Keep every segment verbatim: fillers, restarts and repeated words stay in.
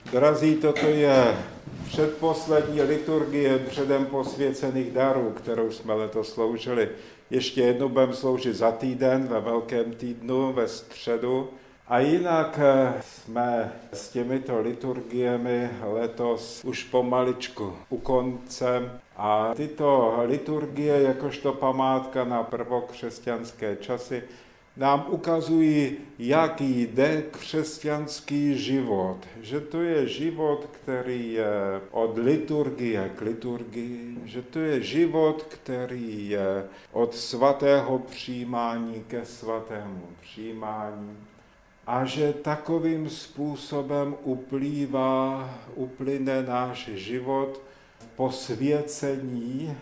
Drazí, toto je předposlední liturgie předem posvěcených darů, kterou jsme letos sloužili. Ještě jednou budeme sloužit za týden, ve Velkém týdnu, ve středu. A jinak jsme s těmito liturgiemi letos už pomaličku u konce. A tyto liturgie, jakožto památka na prvokřesťanské časy, nám ukazují, jak jde křesťanský život. Že to je život, který je od liturgie k liturgii, že to je život, který je od svatého přijímání ke svatému přijímání. A že takovým způsobem uplývá, uplyne náš život v posvěcení,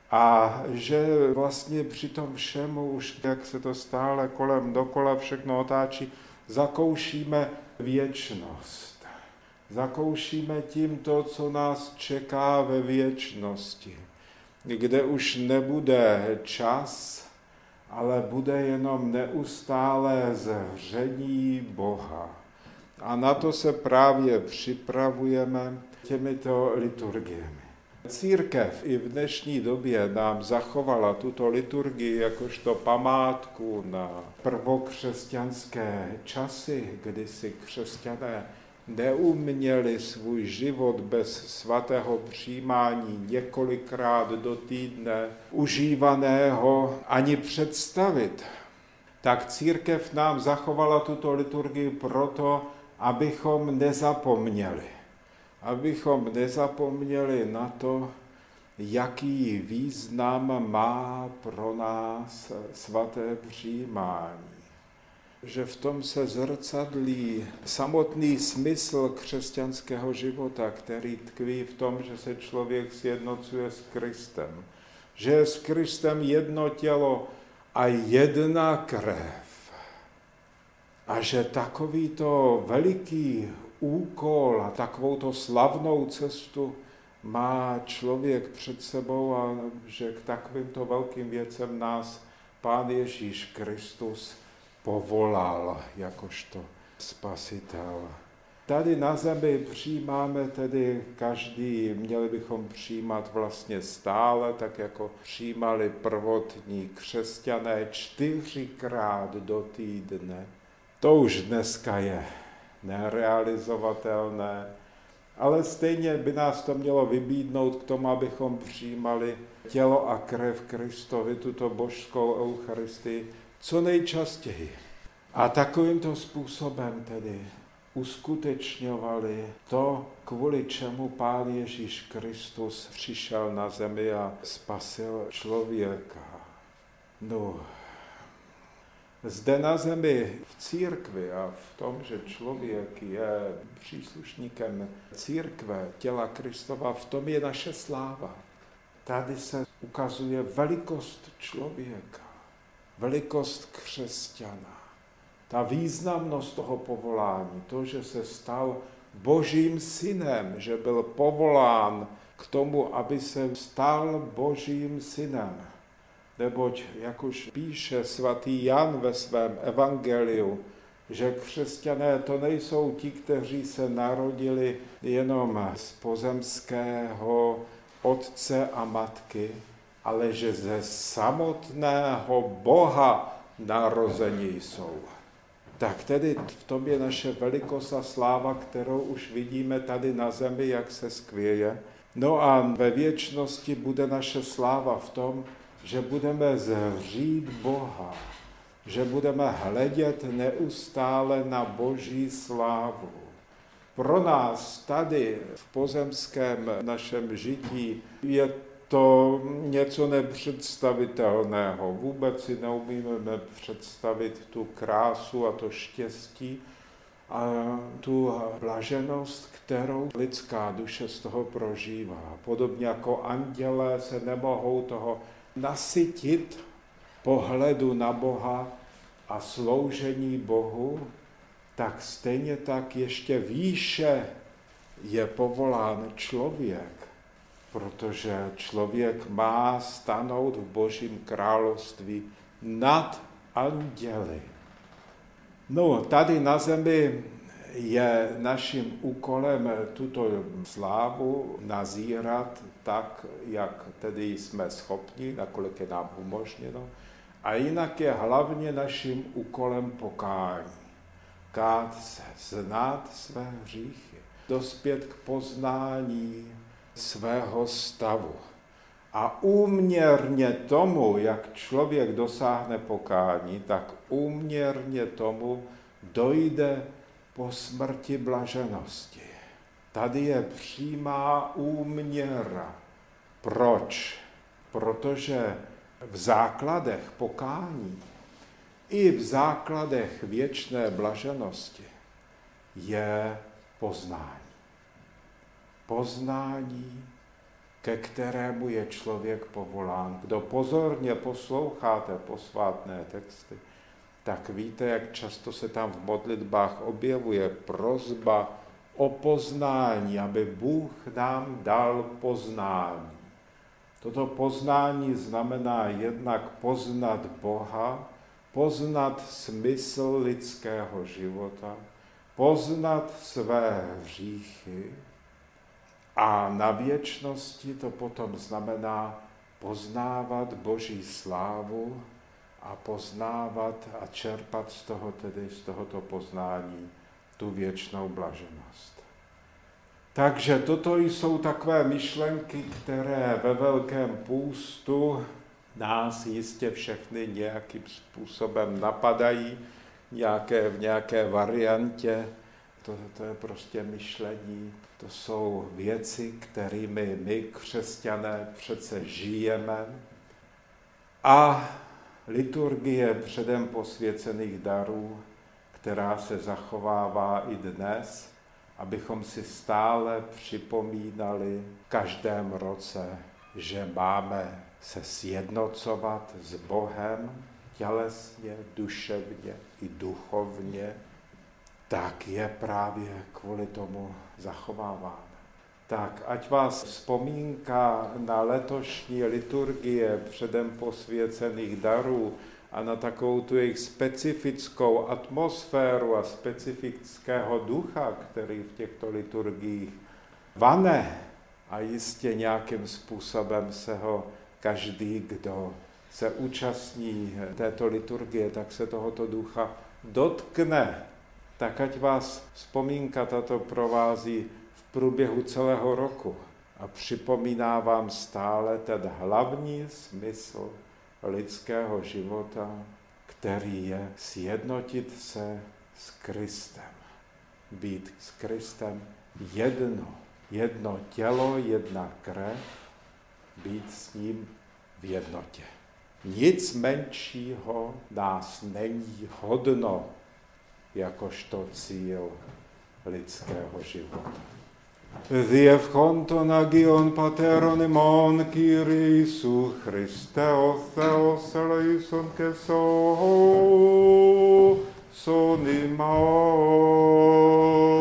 a že vlastně při tom všemu, už jak se to stále kolem dokola všechno otáčí, zakoušíme věčnost. Zakoušíme tím to, co nás čeká ve věčnosti, kde už nebude čas, ale bude jenom neustálé zhření Boha. A na to se právě připravujeme těmito liturgiemi. Církev i v dnešní době nám zachovala tuto liturgii jakožto památku na prvokřesťanské časy, kdy si křesťané neuměli svůj život bez svatého přijímání několikrát do týdne užívaného ani představit. Tak církev nám zachovala tuto liturgii proto, abychom nezapomněli. Abychom nezapomněli na to, jaký význam má pro nás svaté přijímání. Že v tom se zrcadlí samotný smysl křesťanského života, který tkví v tom, že se člověk sjednocuje s Kristem. Že je s Kristem jedno tělo a jedna krev. A že takovýto veliký úkol a takovouto slavnou cestu má člověk před sebou a že k takovýmto velkým věcem nás Pán Ježíš Kristus povolal jakožto spasitel. Tady na zemi přijímáme tedy každý, měli bychom přijímat vlastně stále, tak jako přijímali prvotní křesťané čtyřikrát do týdne. To už dneska je nerealizovatelné, ale stejně by nás to mělo vybídnout k tomu, abychom přijímali tělo a krev Kristovi, tuto božskou eucharistii, co nejčastěji. A takovýmto způsobem tedy uskutečňovali to, kvůli čemu Pán Ježíš Kristus přišel na zemi a spasil člověka. No, zde na zemi v církvi a v tom, že člověk je příslušníkem církve, těla Kristova, v tom je naše sláva. Tady se ukazuje velikost člověka, velikost křesťana. Ta významnost toho povolání, to, že se stal Božím synem, že byl povolán k tomu, aby se stal Božím synem. Neboť, jak už píše svatý Jan ve svém evangeliu, že křesťané to nejsou ti, kteří se narodili jenom z pozemského otce a matky, ale že ze samotného Boha narození jsou. Tak tedy v tom je naše velikost a sláva, kterou už vidíme tady na zemi, jak se skvěje. No a ve věčnosti bude naše sláva v tom, že budeme zhřít Boha, že budeme hledět neustále na Boží slávu. Pro nás tady v pozemském našem žití je to něco nepředstavitelného. Vůbec si neumíme představit tu krásu a to štěstí a tu blaženost, kterou lidská duše z toho prožívá. Podobně jako andělé se nemohou toho nasytit pohledu na Boha a sloužení Bohu, tak stejně tak ještě výše je povolán člověk, protože člověk má stanout v Božím království nad anděli. No, tady na zemi je naším úkolem tuto slávu nazírat tak, jak tedy jsme schopni, nakolik je nám umožněno. A jinak je hlavně naším úkolem pokání. Kát se, znát své hříchy, dospět k poznání svého stavu. A úměrně tomu, jak člověk dosáhne pokání, tak úměrně tomu dojde po smrti blaženosti. Tady je přímá úměra. Proč? Protože v základech pokání i v základech věčné blaženosti je poznání. Poznání, ke kterému je člověk povolán. Kdo pozorně posloucháte posvátné texty, tak víte, jak často se tam v modlitbách objevuje prosba o poznání, aby Bůh nám dal poznání. Toto poznání znamená jednak poznat Boha, poznat smysl lidského života, poznat své hříchy a na věčnosti to potom znamená poznávat Boží slávu a poznávat a čerpat z toho tedy, z tohoto poznání tu věčnou blaženost. Takže toto jsou takové myšlenky, které ve Velkém půstu nás jistě všechny nějakým způsobem napadají, nějaké, v nějaké variantě. To, to je prostě myšlení, to jsou věci, kterými my, křesťané, přece žijeme. A liturgie předem posvěcených darů, která se zachovává i dnes, abychom si stále připomínali v každém roce, že máme se sjednocovat s Bohem tělesně, duševně i duchovně, tak je právě kvůli tomu zachováván. Tak ať vás vzpomínka na letošní liturgie předem posvěcených darů a na takovou tu jejich specifickou atmosféru a specifického ducha, který v těchto liturgiích vane, a jistě nějakým způsobem se ho každý, kdo se účastní této liturgie, tak se tohoto ducha dotkne. Tak ať vás vzpomínka tato provází v průběhu celého roku a připomíná vám stále ten hlavní smysl lidského života, který je sjednotit se s Kristem. Být s Kristem jedno. Jedno tělo, jedna krev, být s ním v jednotě. Nic menšího nás není hodno, jakožto cíl lidského života. Διευκόντων Αγίων Πατέρων ημών, Κύριε Ιησού Χριστέ ο Θεός ελεήσον και σώσον ημάς.